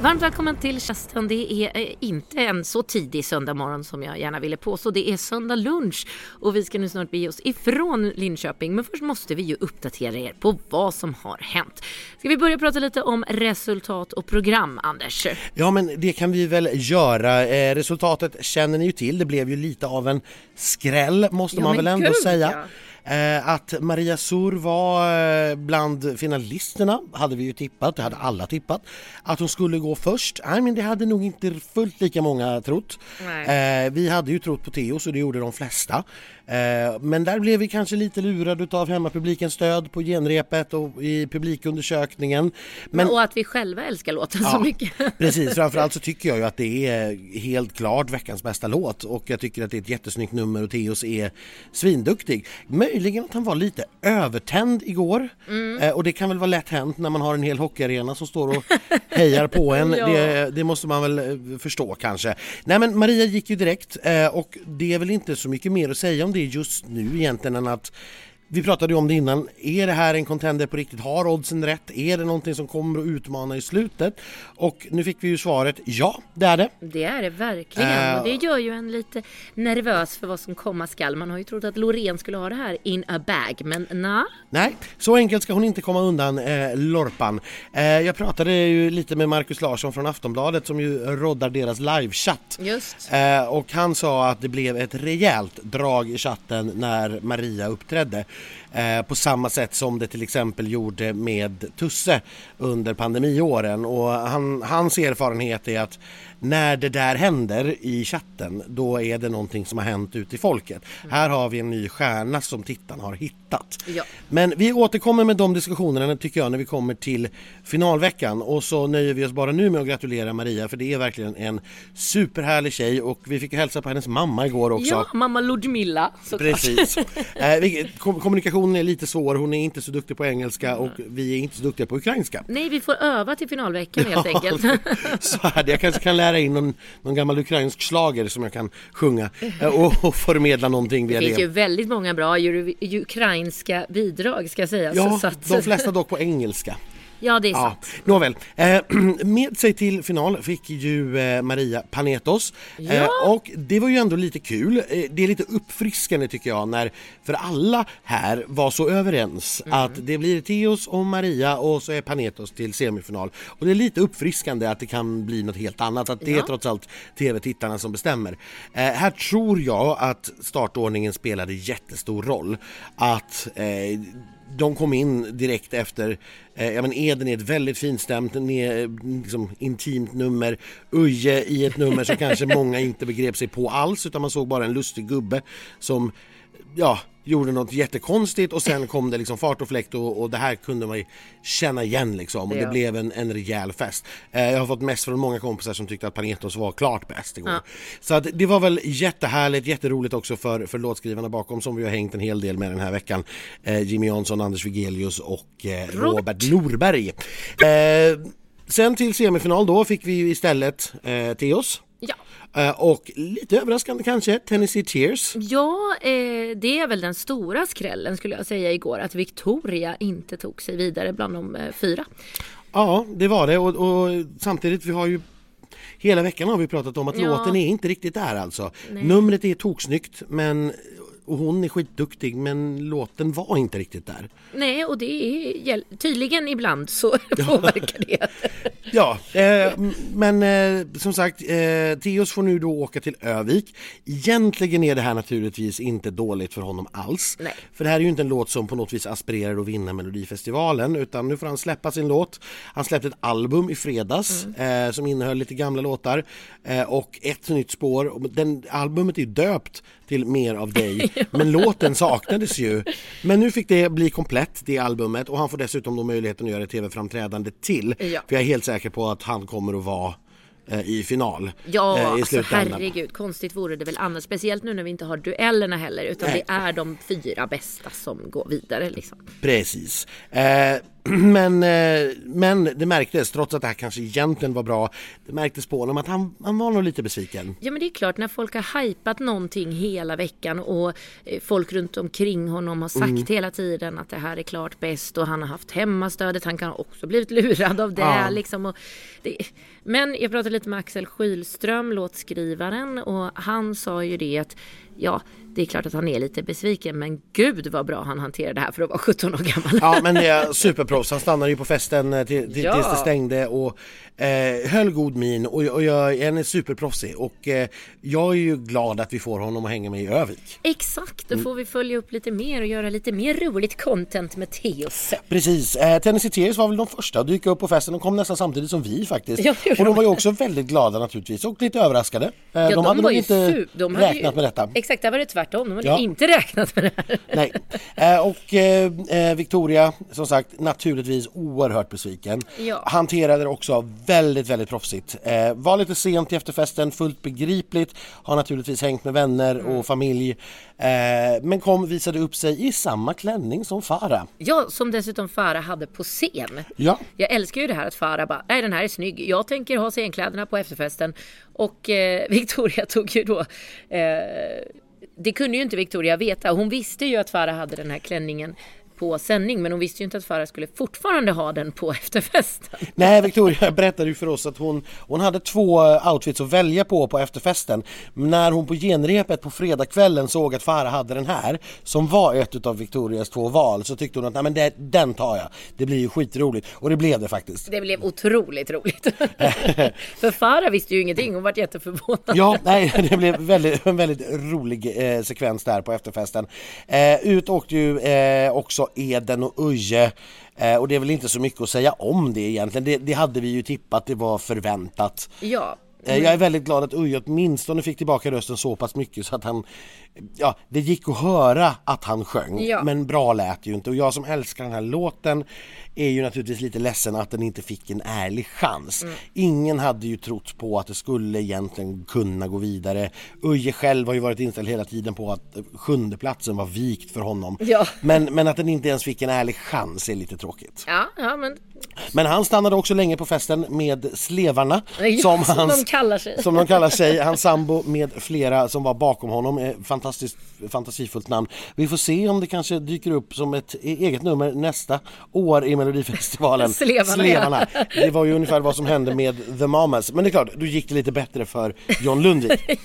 Varmt välkommen till Kästen. Det är inte en så tidig söndag morgon som jag gärna ville påstå. Det är söndag lunch och vi ska nu snart bege oss ifrån Linköping. Men först måste vi ju uppdatera er på vad som har hänt. Ska vi börja prata lite om resultat och program, Anders? Ja, men det kan vi väl göra. Resultatet känner ni ju till. Det blev ju lite av en skräll, måste man väl ändå säga. Ja. Att Maria Sur var bland finalisterna hade vi ju tippat, det hade alla tippat. Att hon skulle gå först, men det hade nog inte fullt lika många trott. Vi hade ju trott på Theo, så det gjorde de flesta. Men där blev vi kanske lite lurade av hemmapublikens stöd på genrepet och i publikundersökningen. Och att vi själva älskar låten så mycket. Precis, framförallt så tycker jag ju att det är helt klart veckans bästa låt. Och jag tycker att det är ett jättesnyggt nummer och Theos är svinduktig. Möjligen att han var lite övertänd igår. Och det kan väl vara lätt hänt när man har en hel hockeyarena som står och hejar på en. Det måste man väl förstå kanske. Nej, men Maria gick ju direkt och det är väl inte så mycket mer att säga om det just nu egentligen än att vi pratade ju om det innan. Är det här en contender på riktigt? Har oddsen rätt? Är det någonting som kommer att utmana i slutet? Och nu fick vi ju svaret, ja, det är det. Det är det verkligen. Och det gör ju en lite nervös för vad som komma skall. Man har ju trott att Loreen skulle ha det här in a bag, men nej, så enkelt ska hon inte komma undan, Lorpan. Jag pratade ju lite med Marcus Larsson från Aftonbladet som ju roddar deras livechatt. Just. Och han sa att det blev ett rejält drag i chatten när Maria uppträdde. På samma sätt som det till exempel gjorde med Tusse under pandemiåren. Och hans erfarenhet är att när det där händer i chatten, då är det någonting som har hänt ute i folket. Här har vi en ny stjärna som tittarna har hittat. Ja. Men vi återkommer med de diskussionerna tycker jag när vi kommer till finalveckan. Och så nöjer vi oss bara nu med att gratulera Maria, för det är verkligen en superhärlig tjej. Och vi fick hälsa på hennes mamma igår också. Ja, mamma Ludmilla. Precis. Kommunikationen är lite svår, hon är inte så duktig på engelska och vi är inte så duktiga på ukrainska. Nej, vi får öva till finalveckan helt enkelt. Så här, jag kanske kan lära in någon gammal ukrainsk slager som jag kan sjunga och förmedla någonting via det. Det finns ju väldigt många bra ukrainska bidrag, ska sägas. Ja, de flesta dock på engelska. Ja, det är sant. Nåväl, med sig till final fick ju Maria Panetos. Och det var ju ändå lite kul. Det är lite uppfriskande tycker jag, när för alla här var så överens att det blir Theos och Maria och så är Panetos till semifinal. Och det är lite uppfriskande att det kan bli något helt annat. Att det är trots allt tv-tittarna som bestämmer. Här tror jag att startordningen spelade jättestor roll. Att de kom in direkt efter. Eden är ett väldigt finstämt, liksom intimt nummer. Uje i ett nummer som kanske många inte begrep sig på alls, utan man såg bara en lustig gubbe som gjorde något jättekonstigt och sen kom det liksom fart och fläkt och det här kunde man känna igen liksom, och det blev en rejäl fest. Jag har fått mest från många kompisar som tyckte att Panetos var klart bäst igår. Så att det var väl jättehärligt, jätteroligt också för låtskrivarna bakom som vi har hängt en hel del med den här veckan. Jimmy Jansson, Anders Wigelius och Robert Norberg. Sen till semifinal då fick vi istället Theos. Ja. Och lite överraskande kanske, Tennessee Tears. Ja, det är väl den stora skrällen skulle jag säga igår, att Victoria inte tog sig vidare bland de 4. Ja, det var det och samtidigt vi har ju hela veckan har vi pratat om att låten är inte riktigt där alltså. Nej. Numret är toksnyggt och hon är skitduktig, men låten var inte riktigt där. Nej, och det är tydligen ibland så påverkar det. Ja, men som sagt, Theos får nu då åka till Övik. Egentligen är det här naturligtvis inte dåligt för honom alls. Nej. För det här är ju inte en låt som på något vis aspirerar att vinna Melodifestivalen, utan nu får han släppa sin låt. Han släppte ett album i fredags som innehöll lite gamla låtar och ett nytt spår. Albumet är döpt till Mer av dig, men låten saknades ju. Men nu fick det bli komplett, det albumet, och han får dessutom då möjligheten att göra ett tv-framträdande till. Ja. För jag är helt säker på att han kommer att vara i final. Ja, alltså herregud, konstigt vore det väl annars, speciellt nu när vi inte har duellerna heller, utan det är de 4 bästa som går vidare liksom. Precis. Men det märktes, trots att det här kanske egentligen var bra, det märktes på honom att han var nog lite besviken. Ja, men det är klart, när folk har hypat någonting hela veckan och folk runt omkring honom har sagt hela tiden att det här är klart bäst och han har haft hemmastödet, han kan också blivit lurad av det liksom. Och men jag pratade lite med Axel Skylström, låtskrivaren, och han sa ju det att ja, det är klart att han är lite besviken, men gud vad bra han hanterade det här för att vara 17 år gammal. Ja, men det är superproffs. Han stannade ju på festen tills det stängde och höll god min och jag är superproffsig och jag är ju glad att vi får honom att hänga med i Övik. Exakt, då får vi följa upp lite mer och göra lite mer roligt content med Theos. Precis, Tennessee Tears var väl de första att dyka upp på festen. De kom nästan samtidigt som vi faktiskt. Ja, och de var ju också väldigt glada naturligtvis och lite överraskade. De hade nog inte räknat med detta. Exakt, det var det tvärtom. De hade inte räknat med det här. Nej. Och Victoria, som sagt, naturligtvis oerhört besviken. Ja. Hanterade det också väldigt, väldigt proffsigt. Var lite sent till efterfesten, fullt begripligt. Har naturligtvis hängt med vänner och familj. Men visade upp sig i samma klänning som Farah. Ja, som dessutom Farah hade på scen. Ja. Jag älskar ju det här att Farah bara, nej den här är snygg. Jag tänker ha scenkläderna på efterfesten. Och Victoria tog ju då... det kunde ju inte Victoria veta. Hon visste ju att Farah hade den här klänningen på sändning, men hon visste ju inte att Farah skulle fortfarande ha den på efterfesten. Nej, Victoria berättade ju för oss att hon hade 2 outfits att välja på efterfesten. När hon på genrepet på fredagskvällen såg att Farah hade den här, som var ett av Victorias 2 val, så tyckte hon att nej, men den tar jag. Det blir ju skitroligt. Och det blev det faktiskt. Det blev otroligt roligt. För Farah visste ju ingenting, hon var jätteförvånad. Ja, nej, det blev en väldigt rolig sekvens där på efterfesten. Ut åkte ju också Eden och Uje. Och det är väl inte så mycket att säga om det egentligen. Det hade vi ju tippat, det var förväntat. Ja. Jag är väldigt glad att Uje åtminstone fick tillbaka rösten så pass mycket så att det gick att höra att han sjöng. Ja. Men bra lät ju inte. Och jag som älskar den här låten är ju naturligtvis lite ledsen att den inte fick en ärlig chans. Ingen hade ju trott på att det skulle egentligen kunna gå vidare. Uje själv har ju varit inställd hela tiden på att 7:e platsen var vikt för honom. Ja. Men att den inte ens fick en ärlig chans är lite tråkigt. Ja, men han stannade också länge på festen med Slevarna, som de kallar sig. Hans sambo med flera som var bakom honom. Fantasifullt namn. Vi får se om det kanske dyker upp som ett eget nummer nästa år i Melodifestivalen. Slevarna. Det var ju ungefär vad som hände med The Mamas. Men det är klart, då gick det lite bättre för John Lundvik.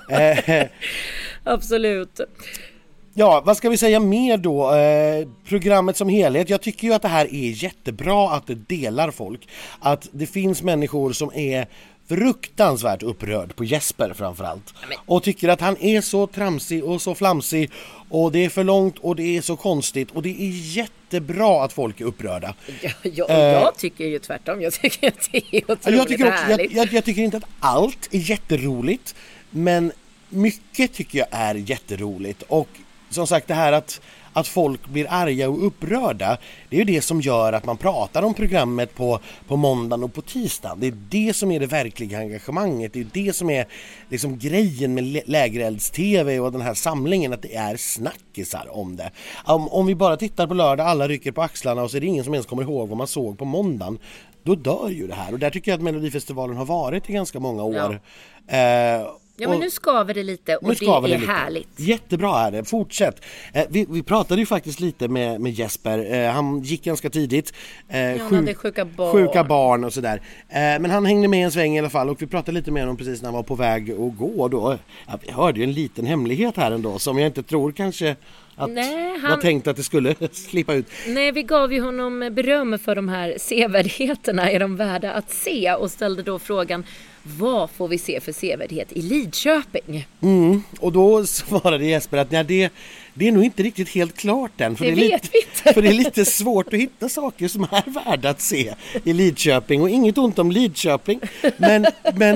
Absolut. Ja, vad ska vi säga mer då? Programmet som helhet. Jag tycker ju att det här är jättebra att det delar folk. Att det finns människor som är fruktansvärt upprörd på Jesper framförallt. Och tycker att han är så tramsig och så flamsig och det är för långt och det är så konstigt och det är jättebra att folk är upprörda. Jag tycker ju tvärtom. Jag tycker att det är otroligt härligt. Jag tycker inte att allt är jätteroligt, men mycket tycker jag är jätteroligt. Och som sagt, det här att folk blir arga och upprörda, det är ju det som gör att man pratar om programmet på måndagen och på tisdagen. Det är det som är det verkliga engagemanget. Det är det som är liksom grejen med Lägerelds-TV och den här samlingen, att det är snackisar om det. Om vi bara tittar på lördag, alla rycker på axlarna och så är det ingen som ens kommer ihåg vad man såg på måndagen, då dör ju det här. Och där tycker jag att Melodifestivalen har varit i ganska många år. Ja, men nu skaver det lite och det är härligt. Jättebra är det, fortsätt. Vi pratade ju faktiskt lite med Jesper. Han gick ganska tidigt. Han hade sjuka barn och sådär. Men han hängde med en sväng i alla fall och vi pratade lite med honom precis när han var på väg att gå då. Jag hörde ju en liten hemlighet här ändå som jag inte tror kanske att man tänkte att det skulle slippa ut. Nej, vi gav ju honom beröm för de här sevärdheterna, är de värda att se, och ställde då frågan: vad får vi se för sevärdhet i Lidköping? Och då svarade Jesper att det är nog inte riktigt helt klart än. För det vet vi inte. För det är lite svårt att hitta saker som är värda att se i Lidköping. Och inget ont om Lidköping. Men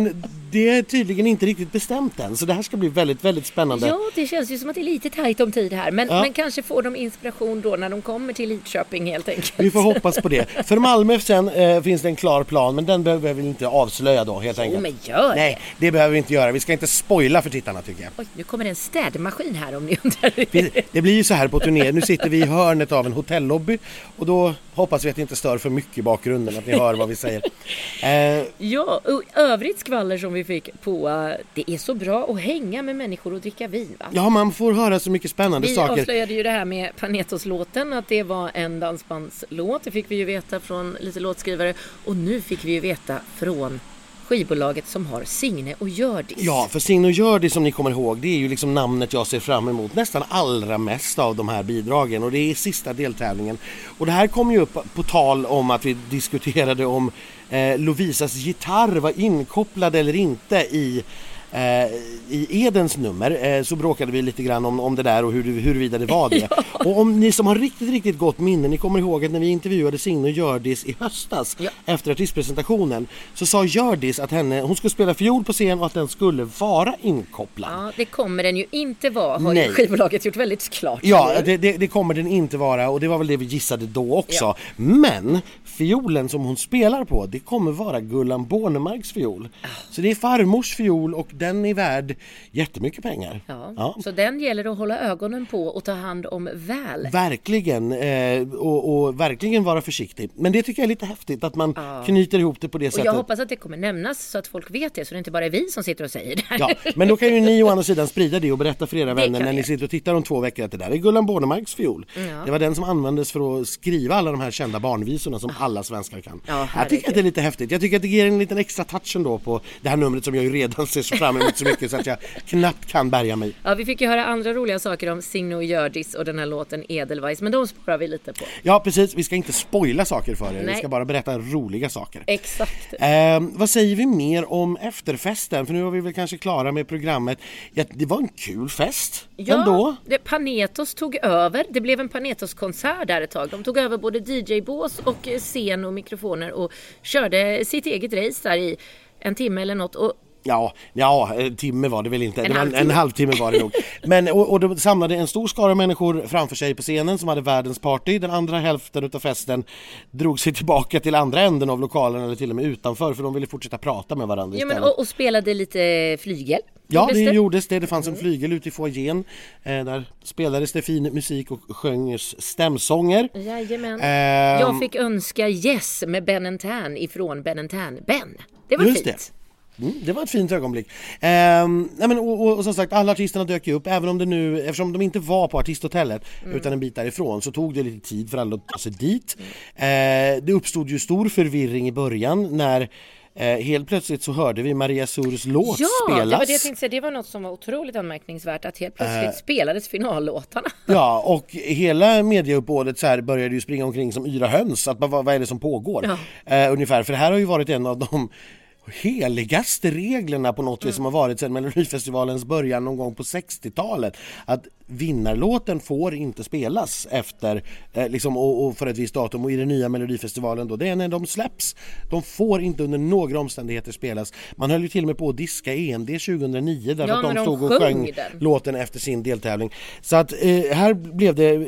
det är tydligen inte riktigt bestämt än, så det här ska bli väldigt, väldigt spännande. Ja, det känns ju som att det är lite tajt om tid här, men kanske får de inspiration då när de kommer till Lidköping helt enkelt. Vi får hoppas på det. För Malmö sen finns det en klar plan, men den behöver vi inte avslöja då helt enkelt. Men gör det. Nej, det behöver vi inte göra. Vi ska inte spoila för tittarna tycker jag. Oj, nu kommer det en städmaskin här om ni undrar. Det blir ju så här på turné. Nu sitter vi i hörnet av en hotellobby och då hoppas vi att det inte stör för mycket i bakgrunden, att ni hör vad vi säger. Ja, och övrigt skvaller som vi fick på, det är så bra att hänga med människor och dricka vin, va? Ja, man får höra så mycket spännande saker. Vi avslöjade ju det här med Panetos-låten, att det var en dansbandslåt. Det fick vi ju veta från lite låtskrivare. Och nu fick vi ju veta från skivbolaget som har Signe och Hjördis. Ja, för Signe och Hjördis som ni kommer ihåg, det är ju liksom namnet jag ser fram emot nästan allra mest av de här bidragen, och det är sista deltävlingen. Och det här kom ju upp på tal om att vi diskuterade om Lovisas gitarr var inkopplad eller inte i Edens nummer, så bråkade vi lite grann om det där och huruvida det var det. Ja. Och om ni som har riktigt gott minne, ni kommer ihåg att när vi intervjuade Signe och Hjördis i höstas efter artistpresentationen, så sa Hjördis att hon skulle spela fiol på scen och att den skulle vara inkopplad. Ja, det kommer den ju inte vara, har ju skivbolaget gjort väldigt klart. Ja, det kommer den inte vara, och det var väl det vi gissade då också. Ja. Men fiolen som hon spelar på, det kommer vara Gullan Bornemarks fiol. Så det är farmors fiol och den är värd jättemycket pengar. Ja. Så den gäller att hålla ögonen på och ta hand om väl. Verkligen, och verkligen vara försiktig. Men det tycker jag är lite häftigt att man knyter ihop det på det sättet. Och jag hoppas att det kommer nämnas så att folk vet det, så det inte bara är vi som sitter och säger det. Ja, men då kan ju ni å andra sidan sprida det och berätta för era vänner när ni sitter och tittar om 2 veckor att det där är Gullan Bornemarks fiol. Ja. Det var den som användes för att skriva alla de här kända barnvisorna som alla svenskar kan. Ja, jag tycker att det är lite häftigt. Jag tycker att det ger en liten extra touch ändå på det här numret som jag ju redan ser så fram emot så mycket så att jag knappt kan bärga mig. Ja, vi fick ju höra andra roliga saker om Signe och Hjördis och den här låten Edelweiss, men de sparar vi lite på. Ja, precis. Vi ska inte spoila saker för er. Vi ska bara berätta roliga saker. Exakt. Vad säger vi mer om efterfesten? För nu var vi väl kanske klara med programmet. Ja, det var en kul fest ändå. Panetos tog över. Det blev en Panetos-konsert där ett tag. De tog över både DJ-bås och scen och mikrofoner och körde sitt eget race där i en timme eller något. Och Ja, en timme var det väl inte. En halvtimme var det nog. Men, och de samlade en stor skara människor framför sig på scenen som hade världens party. Den andra hälften av festen drog sig tillbaka till andra änden av lokalen eller till och med utanför, för de ville fortsätta prata med varandra istället. Och spelade lite flygel. Ja, det gjordes det. Det fanns en flygel ute i foajén. Där spelades det fin musik och sjöngs stämsånger. Jajamän. Jag fick önska Yes med Ben & Tan ifrån Ben & Tan. Ben, det var fint. Det var ett fint ögonblick. Och som sagt, alla artisterna dök ju upp, även om det nu, eftersom de inte var på artisthotellet utan en bit därifrån, så tog det lite tid för alla att ta sig dit. Det uppstod ju stor förvirring i början när helt plötsligt så hörde vi Maria Surs låt spelas. Ja, det var det jag tänkte säga. Det var något som var otroligt anmärkningsvärt, att helt plötsligt spelades finallåtarna. Ja, och hela mediauppbådet så här började ju springa omkring som yra höns. Att vad är det som pågår? Ungefär, för det här har ju varit en av de heligaste reglerna på något vis som har varit sedan Melodifestivalens början någon gång på 60-talet, att vinnarlåten får inte spelas efter och för ett visst datum, och i den nya Melodifestivalen då, det är när de släpps, de får inte under några omständigheter spelas. Man höll ju till och med på att diska EMD 2009 därför att de stod och sjöng låten efter sin deltävling. Så att här blev det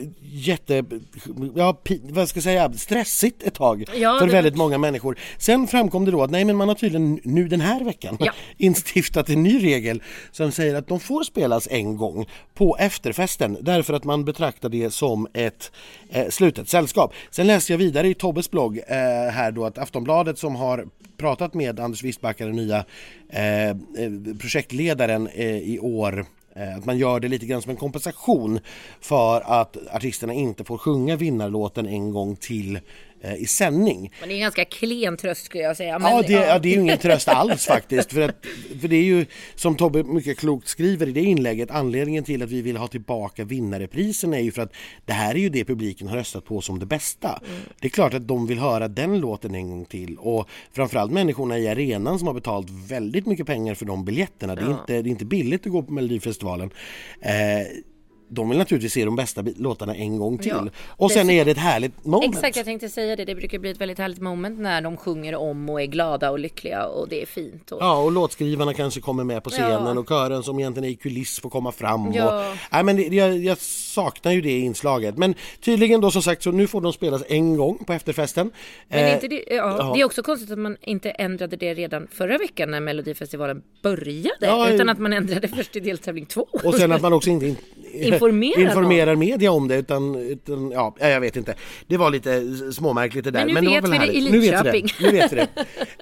stressigt ett tag för väldigt många människor. Sen framkom det då att man har tydligen nu den här veckan instiftat en ny regel som säger att de får spelas en gång på efterfesten, därför att man betraktar det som ett slutet sällskap. Sen läste jag vidare i Tobbes blogg här då att Aftonbladet, som har pratat med Anders Wistbackar, den nya projektledaren i år, att man gör det lite grann som en kompensation för att artisterna inte får sjunga vinnarlåten en gång till i sändning. Men det är en ganska klen tröst, skulle jag säga. Men, det är ju ingen tröst alls faktiskt. För det är ju, som Tobbe mycket klokt skriver i det inlägget, anledningen till att vi vill ha tillbaka vinnarreprisen är ju för att det här är ju det publiken har röstat på som det bästa. Det är klart att de vill höra den låten en gång till. Och framförallt människorna i arenan som har betalt väldigt mycket pengar för de biljetterna. Det är inte billigt att gå på Melodifestivalen. de vill naturligtvis se de bästa låtarna en gång till. Ja. Och sen är det ett härligt moment. Exakt, jag tänkte säga det. Det brukar bli ett väldigt härligt moment när de sjunger om och är glada och lyckliga och det är fint. Ja, och låtskrivarna kanske kommer med på scenen och kören som egentligen är i kuliss får komma fram. Ja. Jag saknar ju det inslaget. Men tydligen då som sagt så nu får de spelas en gång på efterfesten. Men inte det, det är också konstigt att man inte ändrade det redan förra veckan när Melodifestivalen började. Utan att man ändrade först till deltävling 2. Och sen att man också inte informerar media om det utan jag vet inte. Det var lite småmärkligt det där. Men nu vet vi det i Linköping. Nu vet vi det.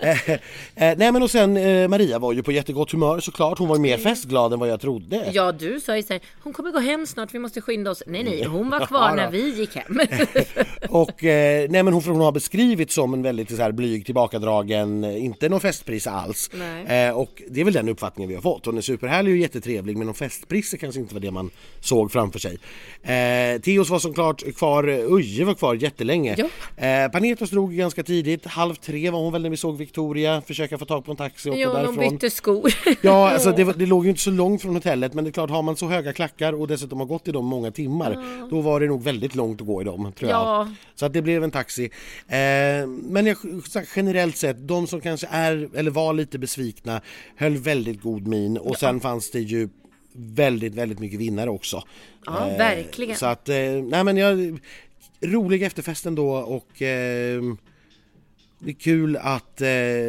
Nej men och sen Maria var ju på jättegott humör såklart. Hon var mer festglad än vad jag trodde. Ja, du sa ju så här, hon kommer gå hem snart, vi måste skynda oss. Nej, hon var kvar när vi gick hem. Och nej men hon har beskrivit som en väldigt så här blyg, tillbakadragen, inte någon festpris alls. Och det är väl den uppfattningen vi har fått. Hon är superhärlig och jättetrevlig, men någon festpris kanske inte var det man såg framför sig. Theos var såklart kvar, Uje var kvar jättelänge. Ja. Panetos drog ganska tidigt, 2:30 var hon väl när vi såg Victoria försöka få tag på en taxi och därifrån. De bytte skor. Ja, alltså det låg ju inte så långt från hotellet, men det är klart, har man så höga klackar och dessutom har gått i dem många timmar, då var det nog väldigt långt att gå i dem, tror jag. Så att det blev en taxi. Men generellt sett, de som kanske är eller var lite besvikna höll väldigt god min, och sen fanns det ju väldigt, väldigt mycket vinnare också. Ja, verkligen. Så att, rolig efterfesten då, och det är kul att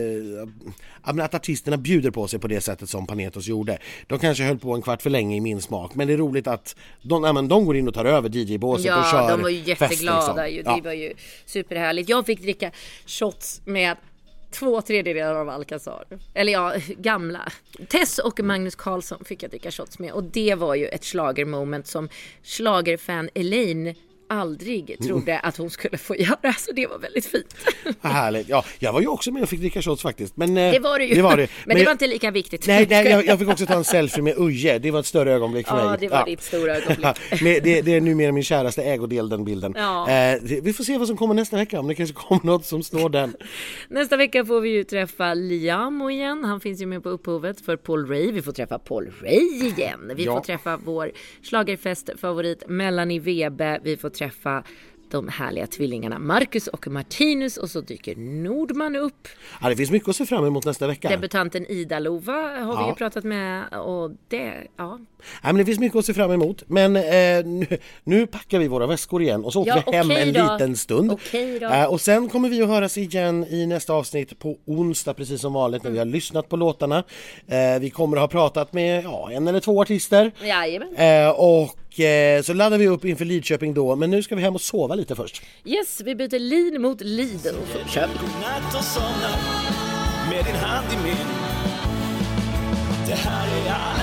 artisterna bjuder på sig på det sättet som Panetos gjorde. De kanske höll på en kvart för länge i min smak, men det är roligt att de går in och tar över DJ-båset och kör. Ja, de var ju jätteglada. Liksom. Det var ju superhärligt. Jag fick dricka shots med 2/3 av Alcazar. Eller gamla. Tess och Magnus Carlsson fick jag dricka shots med. Och det var ju ett schlagermoment som schlagerfan Elaine aldrig trodde att hon skulle få göra, så det var väldigt fint. Härligt. Ja, jag var ju också med och fick dricka shots faktiskt. Men, det var det ju. Det var det. Men det var inte lika viktigt. Nej, jag fick också ta en selfie med Uje. Det var ett större ögonblick för mig. Ja, det var ditt stora ögonblick. Det är numera min käraste ägodel, den bilden. Ja. Vi får se vad som kommer nästa vecka, om det kanske kommer något som står den. Nästa vecka får vi ju träffa Liam igen. Han finns ju med på upphovet för Paul Ray. Vi får träffa Paul Ray igen. Vi får träffa vår schlagerfestfavorit Melanie Webe. Vi får träffa de härliga tvillingarna Marcus och Martinus, och så dyker Nordman upp. Ja, det finns mycket att se fram emot nästa vecka. Debutanten Ida Lova har vi ju pratat med, och det, Ja, men det finns mycket att se fram emot. Men nu packar vi våra väskor igen och så åker vi hem liten stund. Och sen kommer vi att höras igen i nästa avsnitt på onsdag, precis som vanligt, när vi har lyssnat på låtarna. Vi kommer att ha pratat med en eller två artister. Och så laddar vi upp inför Lidköping då. Men nu ska vi hem och sova lite först. Yes, vi byter lin mot Lidl. Kör vi. Godnatt och somna med din hand i min. Det här är